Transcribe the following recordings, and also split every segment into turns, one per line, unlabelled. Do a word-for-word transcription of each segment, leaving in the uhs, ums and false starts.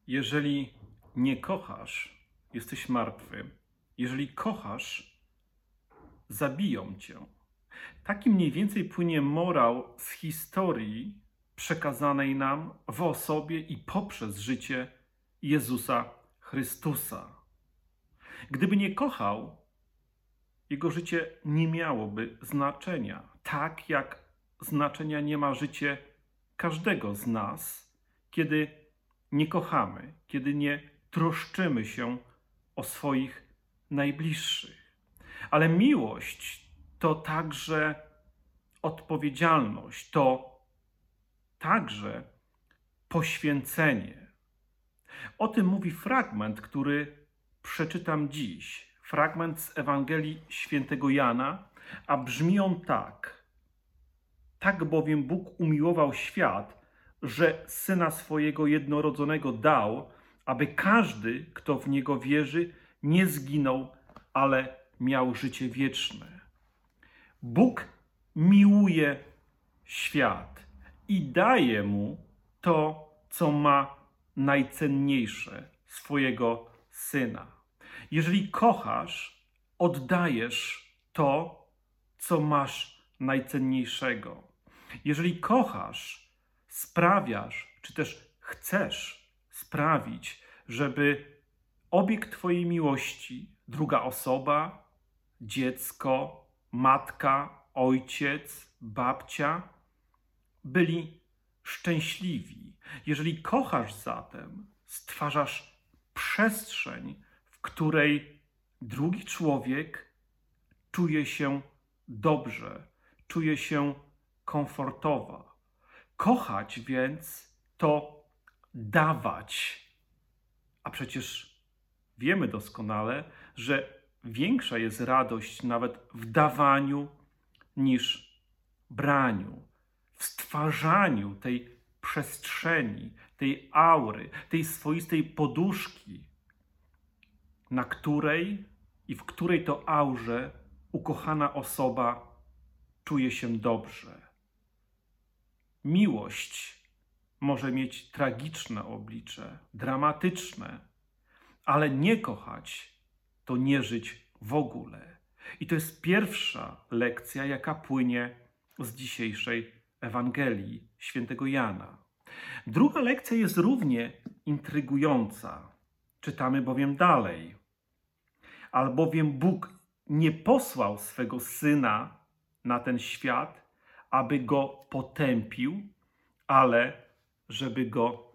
Jeżeli nie kochasz, jesteś martwy. Jeżeli kochasz, zabiją cię. Taki mniej więcej płynie morał z historii przekazanej nam w osobie i poprzez życie Jezusa Chrystusa. Gdyby nie kochał, jego życie nie miałoby znaczenia. Tak jak znaczenia nie ma życie każdego z nas, kiedy nie kochamy, kiedy nie troszczymy się o swoich najbliższych. Ale miłość to także odpowiedzialność, to także poświęcenie. O tym mówi fragment, który przeczytam dziś. Fragment z Ewangelii Świętego Jana, a brzmi on tak. Tak bowiem Bóg umiłował świat, że Syna swojego jednorodzonego dał, aby każdy, kto w Niego wierzy, nie zginął, ale miał życie wieczne. Bóg miłuje świat i daje mu to, co ma najcenniejsze, swojego Syna. Jeżeli kochasz, oddajesz to, co masz najcenniejszego. Jeżeli kochasz, sprawiasz, czy też chcesz sprawić, żeby obiekt Twojej miłości, druga osoba, dziecko, matka, ojciec, babcia, byli szczęśliwi. Jeżeli kochasz zatem, stwarzasz przestrzeń, w której drugi człowiek czuje się dobrze, czuje się komfortowo. Kochać więc to dawać. A przecież wiemy doskonale, że większa jest radość nawet w dawaniu niż braniu, w stwarzaniu tej przestrzeni, tej aury, tej swoistej poduszki, na której i w której to aurze ukochana osoba czuje się dobrze. Miłość może mieć tragiczne oblicze, dramatyczne, ale nie kochać to nie żyć w ogóle. I to jest pierwsza lekcja, jaka płynie z dzisiejszej Ewangelii Świętego Jana. Druga lekcja jest równie intrygująca. Czytamy bowiem dalej. Albowiem Bóg nie posłał swego Syna na ten świat, aby go potępił, ale żeby go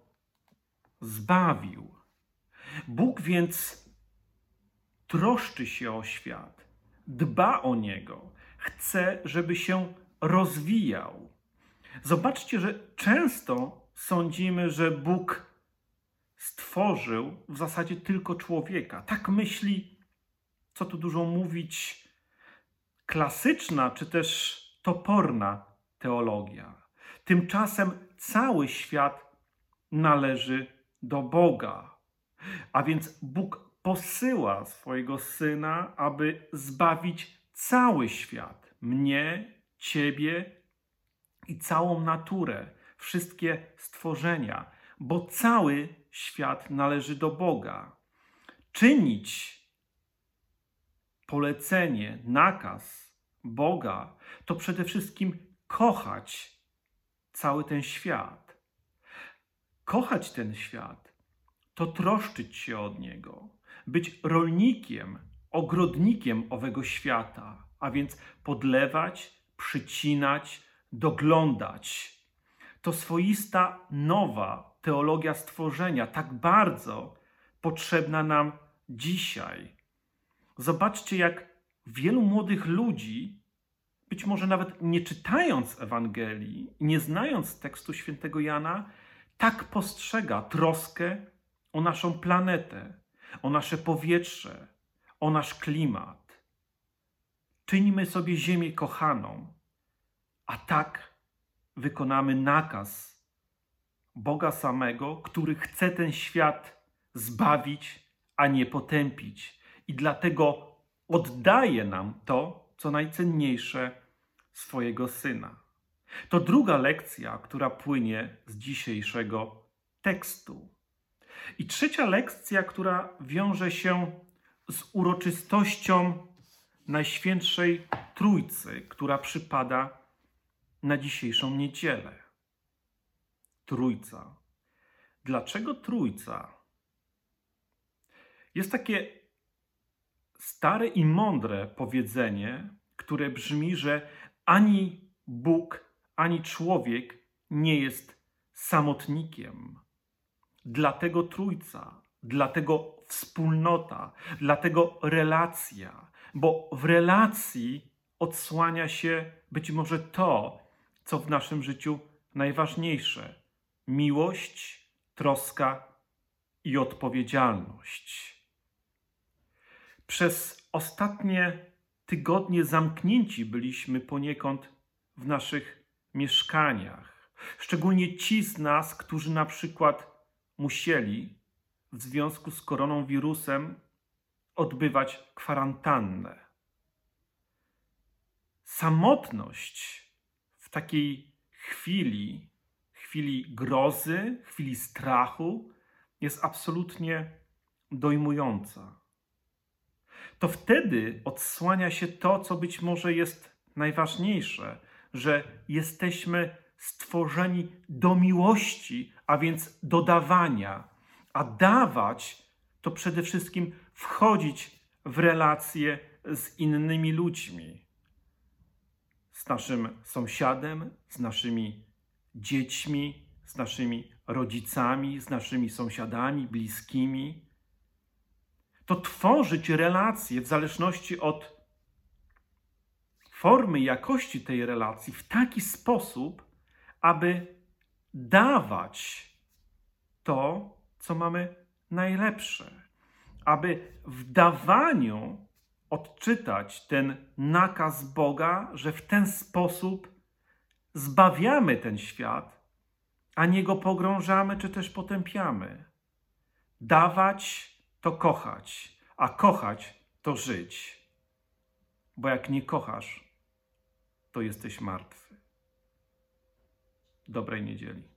zbawił. Bóg więc troszczy się o świat, dba o niego, chce, żeby się rozwijał. Zobaczcie, że często sądzimy, że Bóg stworzył w zasadzie tylko człowieka. Tak myśli, co tu dużo mówić, klasyczna czy też toporna teologia. Tymczasem cały świat należy do Boga. A więc Bóg posyła swojego Syna, aby zbawić cały świat. Mnie, ciebie i całą naturę, wszystkie stworzenia, bo cały świat należy do Boga. Czynić polecenie, nakaz Boga to przede wszystkim kochać cały ten świat. Kochać ten świat to troszczyć się o niego, być rolnikiem, ogrodnikiem owego świata, a więc podlewać, przycinać, doglądać. To swoista nowa teologia stworzenia, tak bardzo potrzebna nam dzisiaj. Zobaczcie, jak wielu młodych ludzi, być może nawet nie czytając Ewangelii, nie znając tekstu Świętego Jana, tak postrzega troskę o naszą planetę, o nasze powietrze, o nasz klimat. Czyńmy sobie ziemię kochaną, a tak wykonamy nakaz Boga samego, który chce ten świat zbawić, a nie potępić. I dlatego oddaje nam to, co najcenniejsze, swojego Syna. To druga lekcja, która płynie z dzisiejszego tekstu. I trzecia lekcja, która wiąże się z uroczystością Najświętszej Trójcy, która przypada na dzisiejszą niedzielę. Trójca. Dlaczego Trójca? Jest takie stare i mądre powiedzenie, które brzmi, że ani Bóg, ani człowiek nie jest samotnikiem. Dlatego Trójca, dlatego wspólnota, dlatego relacja, bo w relacji odsłania się być może to, co w naszym życiu najważniejsze: miłość, troska i odpowiedzialność. Przez ostatnie tygodnie zamknięci byliśmy poniekąd w naszych mieszkaniach. Szczególnie ci z nas, którzy na przykład musieli w związku z koronawirusem odbywać kwarantannę. Samotność w takiej chwili, chwili grozy, chwili strachu jest absolutnie dojmująca. To wtedy odsłania się to, co być może jest najważniejsze, że jesteśmy stworzeni do miłości, a więc do dawania. A dawać to przede wszystkim wchodzić w relacje z innymi ludźmi. Z naszym sąsiadem, z naszymi dziećmi, z naszymi rodzicami, z naszymi sąsiadami, bliskimi. To tworzyć relacje w zależności od formy i jakości tej relacji w taki sposób, aby dawać to, co mamy najlepsze. Aby w dawaniu odczytać ten nakaz Boga, że w ten sposób zbawiamy ten świat, a nie go pogrążamy czy też potępiamy. Dawać to kochać, a kochać to żyć. Bo jak nie kochasz, to jesteś martwy. Dobrej niedzieli.